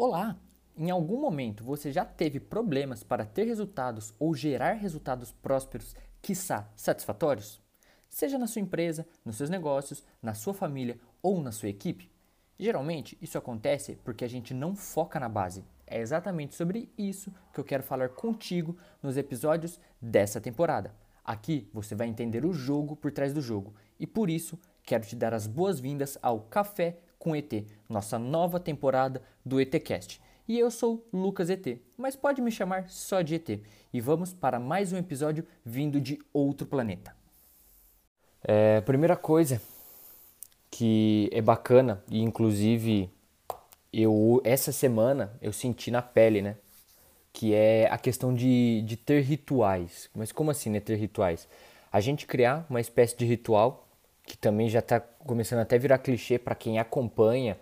Olá! Em algum momento você já teve problemas para ter resultados ou gerar resultados prósperos, quiçá satisfatórios? Seja na sua empresa, nos seus negócios, na sua família ou na sua equipe? Geralmente isso acontece porque a gente não foca na base. É exatamente sobre isso que eu quero falar contigo nos episódios dessa temporada. Aqui você vai entender o jogo por trás do jogo e por isso quero te dar as boas-vindas ao Café com ET, nossa nova temporada do ETcast. E eu sou Lucas ET, mas pode me chamar só de ET. E vamos para mais um episódio vindo de outro planeta. Primeira coisa que é bacana e inclusive eu essa semana eu senti na pele, né? Que é a questão de ter rituais. Mas como assim, né, ter rituais? A gente criar uma espécie de ritual, que também já está começando até a virar clichê para quem acompanha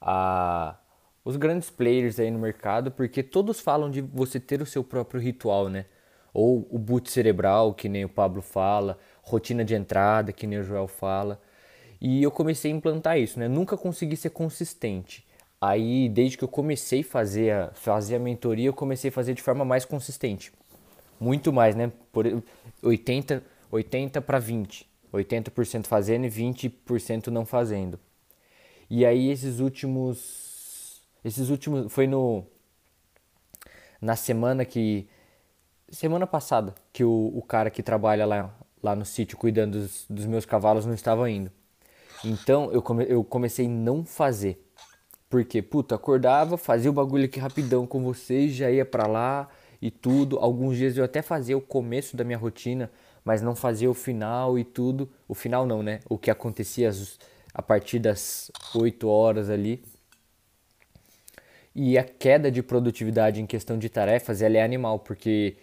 os grandes players aí no mercado, porque todos falam de você ter o seu próprio ritual, né? Ou o boot cerebral, que nem o Pablo fala, rotina de entrada, que nem o Joel fala. E eu comecei a implantar isso, né? Nunca consegui ser consistente. Aí, desde que eu comecei a fazer a mentoria, eu comecei a fazer de forma mais consistente. Muito mais, né? Por 80 para 20. 80% fazendo e 20% não fazendo. E aí esses últimos foi no na semana passada que o cara que trabalha lá no sítio cuidando dos meus cavalos não estava indo. Então eu comecei a não fazer. Porque, puta, acordava, fazia o bagulho aqui rapidão com vocês, já ia pra lá e tudo. Alguns dias eu até fazia o começo da minha rotina, mas não fazia o final e tudo. O final não, né? O que acontecia a partir das 8 horas ali. E a queda de produtividade em questão de tarefas, ela é animal, porque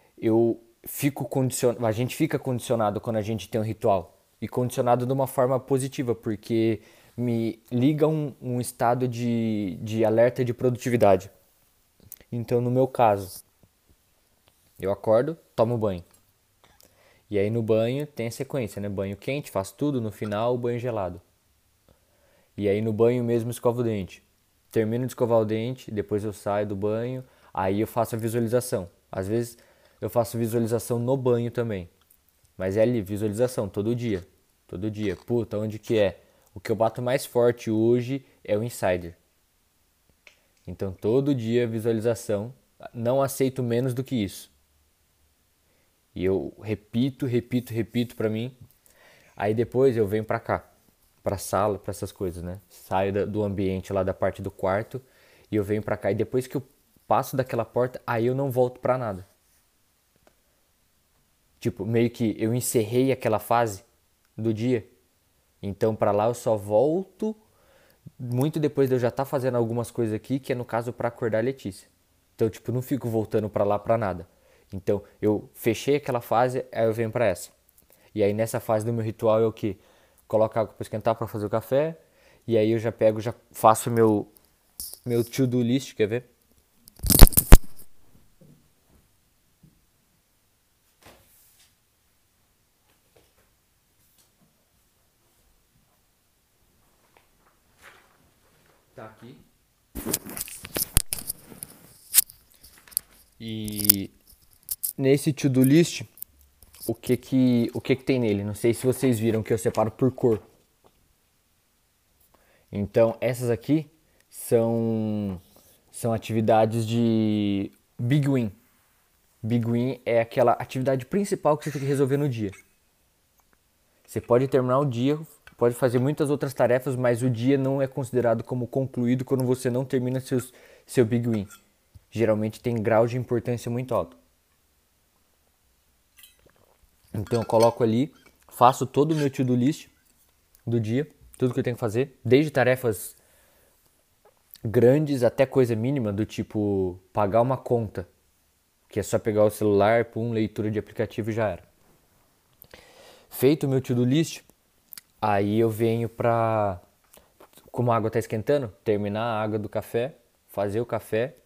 a gente fica condicionado quando a gente tem um ritual. E condicionado de uma forma positiva, porque me liga um estado de alerta de produtividade. Então, no meu caso, eu acordo, tomo banho. E aí no banho tem a sequência, né? Banho quente, faço tudo, no final banho gelado. E aí no banho mesmo escovo o dente. Termino de escovar o dente, depois eu saio do banho, aí eu faço a visualização. Às vezes eu faço visualização no banho também. Mas é ali, visualização, todo dia. Todo dia. Puta, onde que é? O que eu bato mais forte hoje é o insider. Então todo dia visualização. Não aceito menos do que isso. E eu repito pra mim. Aí depois eu venho pra cá, pra sala, pra essas coisas, né? Saio do ambiente lá da parte do quarto e eu venho pra cá. E depois que eu passo daquela porta, aí eu não volto pra nada. Tipo, meio que eu encerrei aquela fase do dia. Então pra lá eu só volto muito depois de eu já estar fazendo algumas coisas aqui, que é no caso pra acordar a Letícia. Então, tipo, não fico voltando pra lá pra nada. Então, eu fechei aquela fase, aí eu venho pra essa. E aí nessa fase do meu ritual é o que? Coloco água pra esquentar pra fazer o café, e aí eu já pego, já faço meu to-do list, quer ver? Tá aqui. E nesse to-do list, o que que tem nele? Não sei se vocês viram que eu separo por cor. Então, essas aqui são atividades de Big Win. Big Win é aquela atividade principal que você tem que resolver no dia. Você pode terminar o dia, pode fazer muitas outras tarefas, mas o dia não é considerado como concluído quando você não termina seu Big Win. Geralmente tem grau de importância muito alto. Então eu coloco ali, faço todo o meu to-do list do dia, tudo que eu tenho que fazer, desde tarefas grandes até coisa mínima, do tipo pagar uma conta, que é só pegar o celular, pum, leitura de aplicativo e já era. Feito o meu to-do list, aí eu venho pra, como a água tá esquentando, terminar a água do café, fazer o café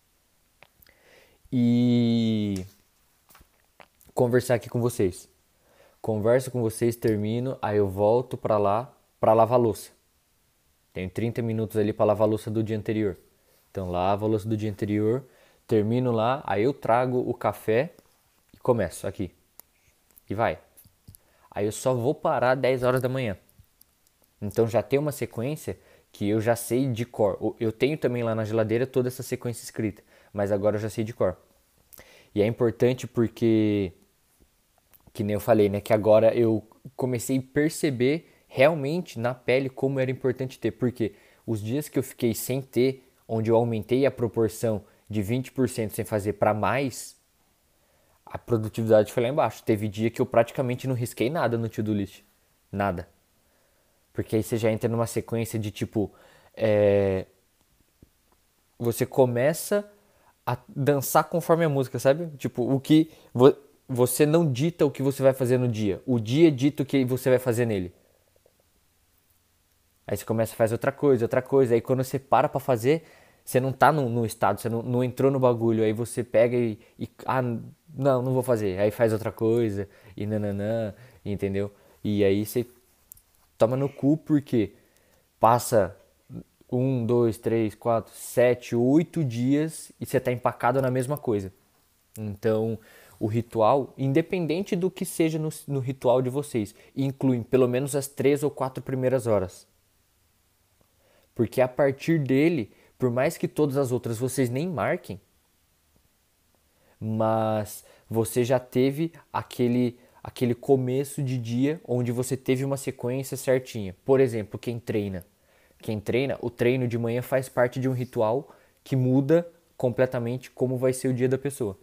e conversar aqui com vocês. Converso com vocês, termino, aí eu volto pra lá pra lavar louça. Tenho 30 minutos ali pra lavar louça do dia anterior. Então lavo a louça do dia anterior, termino lá, aí eu trago o café e começo aqui. E vai. Aí eu só vou parar 10 horas da manhã. Então já tem uma sequência que eu já sei de cor. Eu tenho também lá na geladeira toda essa sequência escrita, mas agora eu já sei de cor. E é importante porque, que nem eu falei, né, que agora eu comecei a perceber realmente na pele como era importante ter, porque os dias que eu fiquei sem ter, onde eu aumentei a proporção de 20% sem fazer para mais, a produtividade foi lá embaixo. Teve dia que eu praticamente não risquei nada no to-do list. Nada. Porque aí você já entra numa sequência de tipo. Você começa a dançar conforme a música, sabe? Tipo, você não dita o que você vai fazer no dia. O dia dita o que você vai fazer nele. Aí você começa a fazer outra coisa, outra coisa. Aí quando você para pra fazer, você não tá no estado, você não entrou no bagulho. Aí você pega não vou fazer. Aí faz outra coisa e nananã, entendeu? E aí você toma no cu porque passa 1, 2, 3, 4, 7, 8 dias e você tá empacado na mesma coisa. Então, o ritual, independente do que seja no ritual de vocês, incluem pelo menos as 3 ou 4 primeiras horas. Porque a partir dele, por mais que todas as outras vocês nem marquem, mas você já teve aquele começo de dia onde você teve uma sequência certinha. Por exemplo, quem treina, o treino de manhã faz parte de um ritual que muda completamente como vai ser o dia da pessoa.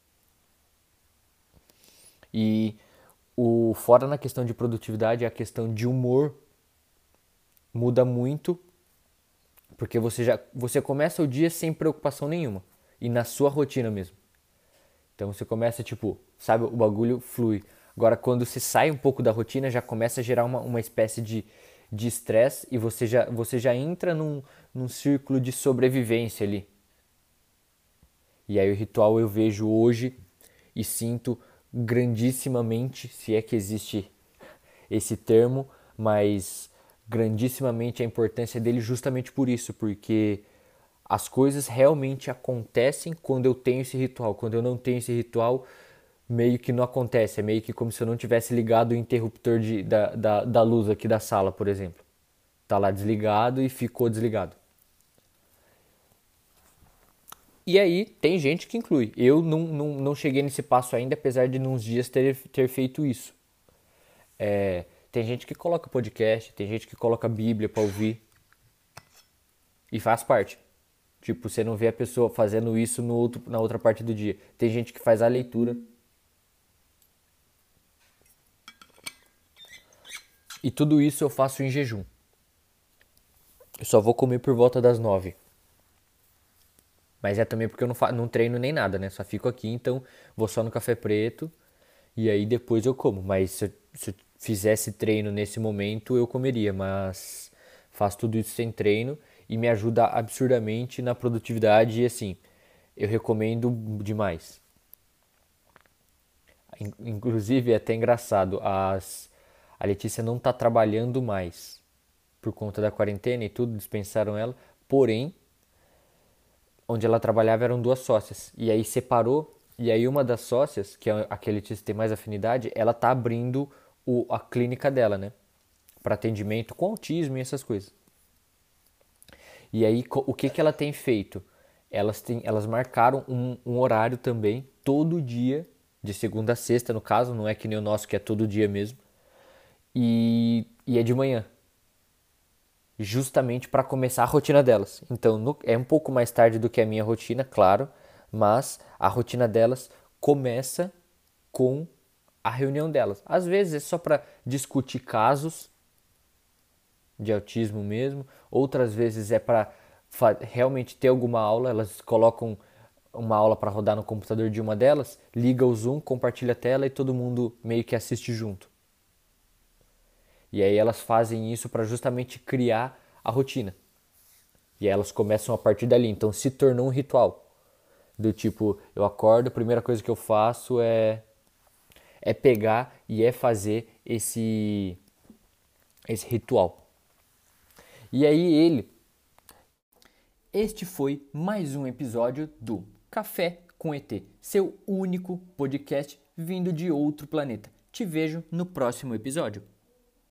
E o fora na questão de produtividade, a questão de humor muda muito, porque você começa o dia sem preocupação nenhuma e na sua rotina mesmo. Então você começa tipo, sabe, o bagulho flui. Agora quando você sai um pouco da rotina, já começa a gerar uma espécie de estresse e você já entra num círculo de sobrevivência ali. E aí o ritual eu vejo hoje e sinto grandissimamente, se é que existe esse termo, mas grandissimamente a importância dele justamente por isso, porque as coisas realmente acontecem quando eu tenho esse ritual. Quando eu não tenho esse ritual, meio que não acontece. É meio que como se eu não tivesse ligado o interruptor da luz aqui da sala, por exemplo. Tá lá desligado e ficou desligado. E aí tem gente que inclui. Eu não cheguei nesse passo ainda, apesar de nos dias ter feito isso. Tem gente que coloca podcast, tem gente que coloca Bíblia pra ouvir. E faz parte. Tipo, você não vê a pessoa fazendo isso na outra parte do dia. Tem gente que faz a leitura. E tudo isso eu faço em jejum. Eu só vou comer por volta das 9. Mas é também porque eu não treino nem nada, né? Só fico aqui, então vou só no café preto e aí depois eu como. Mas se eu fizesse treino nesse momento, eu comeria. Mas faço tudo isso sem treino e me ajuda absurdamente na produtividade e assim, eu recomendo demais. Inclusive é até engraçado, a Letícia não tá trabalhando mais por conta da quarentena e tudo, dispensaram ela. Porém, onde ela trabalhava eram duas sócias. E aí separou, e aí uma das sócias, que é a que a Letícia tem mais afinidade, ela tá abrindo a clínica dela, né? Para atendimento com autismo e essas coisas. E aí o que ela tem feito? Elas marcaram um horário também, todo dia, de segunda a sexta no caso, não é que nem o nosso que é todo dia mesmo. E é de manhã, justamente para começar a rotina delas. Então é um pouco mais tarde do que a minha rotina, claro, mas a rotina delas começa com a reunião delas. Às vezes é só para discutir casos de autismo mesmo, outras vezes é para realmente ter alguma aula, elas colocam uma aula para rodar no computador de uma delas, liga o Zoom, compartilha a tela e todo mundo meio que assiste junto. E aí elas fazem isso para justamente criar a rotina. E aí elas começam a partir dali. Então se tornou um ritual. Do tipo, eu acordo, a primeira coisa que eu faço é pegar e é fazer esse ritual. E aí Este foi mais um episódio do Café com ET, seu único podcast vindo de outro planeta. Te vejo no próximo episódio.